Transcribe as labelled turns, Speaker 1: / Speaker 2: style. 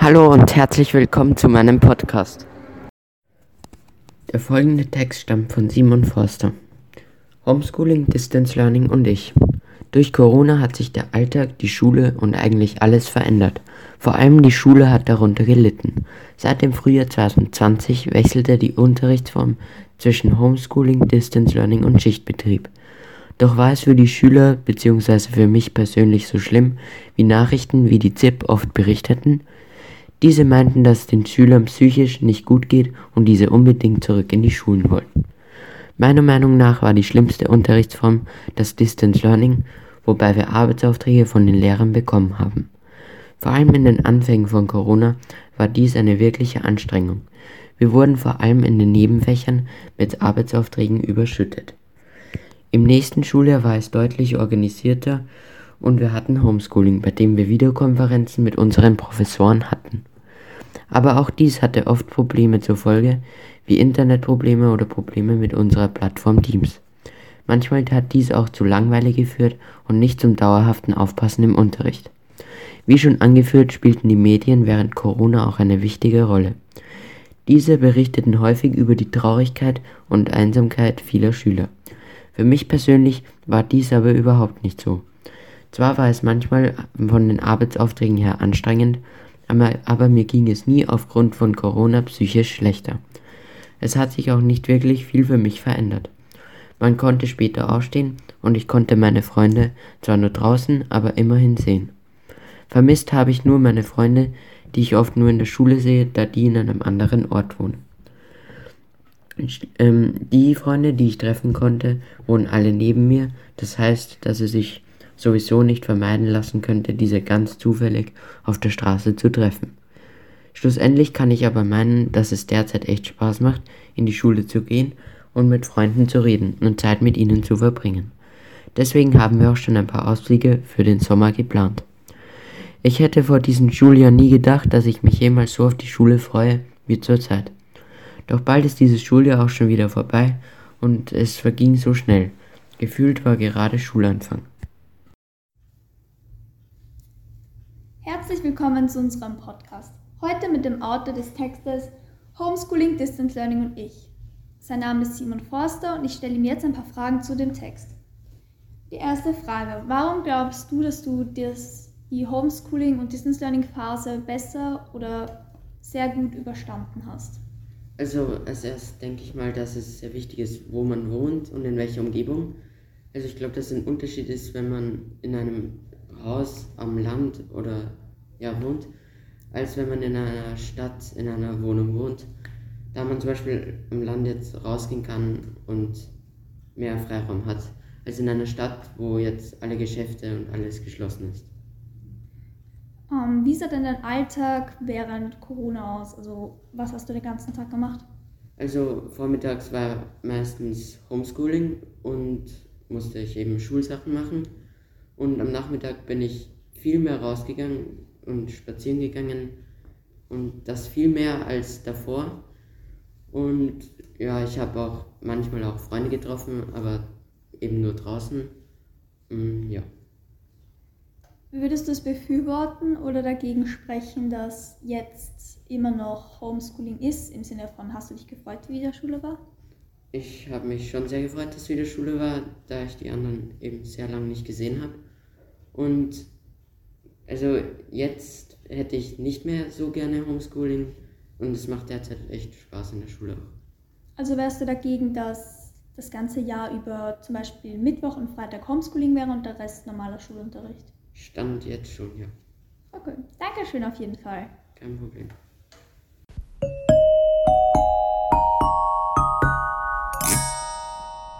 Speaker 1: Hallo und herzlich willkommen zu meinem Podcast. Der folgende Text stammt von Simon Forster. Homeschooling, Distance Learning und ich. Durch Corona hat sich der Alltag, die Schule und eigentlich alles verändert. Vor allem die Schule hat darunter gelitten. Seit dem Frühjahr 2020 wechselte die Unterrichtsform zwischen Homeschooling, Distance Learning und Schichtbetrieb. Doch war es für die Schüler bzw. für mich persönlich so schlimm, wie Nachrichten wie die ZIP oft berichteten? Diese meinten, dass es den Schülern psychisch nicht gut geht und diese unbedingt zurück in die Schulen wollten. Meiner Meinung nach war die schlimmste Unterrichtsform das Distance Learning, wobei wir Arbeitsaufträge von den Lehrern bekommen haben. Vor allem in den Anfängen von Corona war dies eine wirkliche Anstrengung. Wir wurden vor allem in den Nebenfächern mit Arbeitsaufträgen überschüttet. Im nächsten Schuljahr war es deutlich organisierter und wir hatten Homeschooling, bei dem wir Videokonferenzen mit unseren Professoren hatten. Aber auch dies hatte oft Probleme zur Folge, wie Internetprobleme oder Probleme mit unserer Plattform Teams. Manchmal hat dies auch zu Langeweile geführt und nicht zum dauerhaften Aufpassen im Unterricht. Wie schon angeführt, spielten die Medien während Corona auch eine wichtige Rolle. Diese berichteten häufig über die Traurigkeit und Einsamkeit vieler Schüler. Für mich persönlich war dies aber überhaupt nicht so. Zwar war es manchmal von den Arbeitsaufträgen her anstrengend, aber mir ging es nie aufgrund von Corona psychisch schlechter. Es hat sich auch nicht wirklich viel für mich verändert. Man konnte später aufstehen und ich konnte meine Freunde zwar nur draußen, aber immerhin sehen. Vermisst habe ich nur meine Freunde, die ich oft nur in der Schule sehe, da die in einem anderen Ort wohnen. Die Freunde, die ich treffen konnte, wohnen alle neben mir. Das heißt, dass es sich sowieso nicht vermeiden lassen könnte, diese ganz zufällig auf der Straße zu treffen. Schlussendlich kann ich aber meinen, dass es derzeit echt Spaß macht, in die Schule zu gehen und mit Freunden zu reden und Zeit mit ihnen zu verbringen. Deswegen haben wir auch schon ein paar Ausflüge für den Sommer geplant. Ich hätte vor diesem Schuljahr nie gedacht, dass ich mich jemals so auf die Schule freue wie zurzeit. Doch bald ist dieses Schuljahr auch schon wieder vorbei und es verging so schnell. Gefühlt war gerade Schulanfang.
Speaker 2: Herzlich willkommen zu unserem Podcast. Heute mit dem Autor des Textes Homeschooling, Distance Learning und ich. Sein Name ist Simon Forster und ich stelle ihm jetzt ein paar Fragen zu dem Text. Die erste Frage: Warum glaubst du, dass du die Homeschooling- und Distance Learning-Phase besser oder sehr gut überstanden hast?
Speaker 1: Also als erstes denke ich mal, dass es sehr wichtig ist, wo man wohnt und in welcher Umgebung. Also ich glaube, dass ein Unterschied ist, wenn man in einem Haus am Land oder wohnt, als wenn man in einer Stadt, in einer Wohnung wohnt. Da man zum Beispiel am Land jetzt rausgehen kann und mehr Freiraum hat, als in einer Stadt, wo jetzt alle Geschäfte und alles geschlossen ist.
Speaker 2: Wie sah denn dein Alltag während Corona aus? Also was hast du den ganzen Tag gemacht?
Speaker 1: Also vormittags war meistens Homeschooling und musste ich eben Schulsachen machen. Und am Nachmittag bin ich viel mehr rausgegangen und spazieren gegangen und das viel mehr als davor. Und ja, ich habe auch manchmal auch Freunde getroffen, aber eben nur draußen. Ja.
Speaker 2: Würdest du es befürworten oder dagegen sprechen, dass jetzt immer noch Homeschooling ist? Im Sinne von, hast du dich gefreut, wie die Schule war?
Speaker 1: Ich habe mich schon sehr gefreut, dass wieder Schule war, da ich die anderen eben sehr lange nicht gesehen habe. Und also jetzt hätte ich nicht mehr so gerne Homeschooling und es macht derzeit echt Spaß in der Schule auch.
Speaker 2: Also wärst du dagegen, dass das ganze Jahr über zum Beispiel Mittwoch und Freitag Homeschooling wäre und der Rest normaler Schulunterricht?
Speaker 1: Stand jetzt schon, ja.
Speaker 2: Okay, danke schön auf jeden Fall.
Speaker 1: Kein Problem.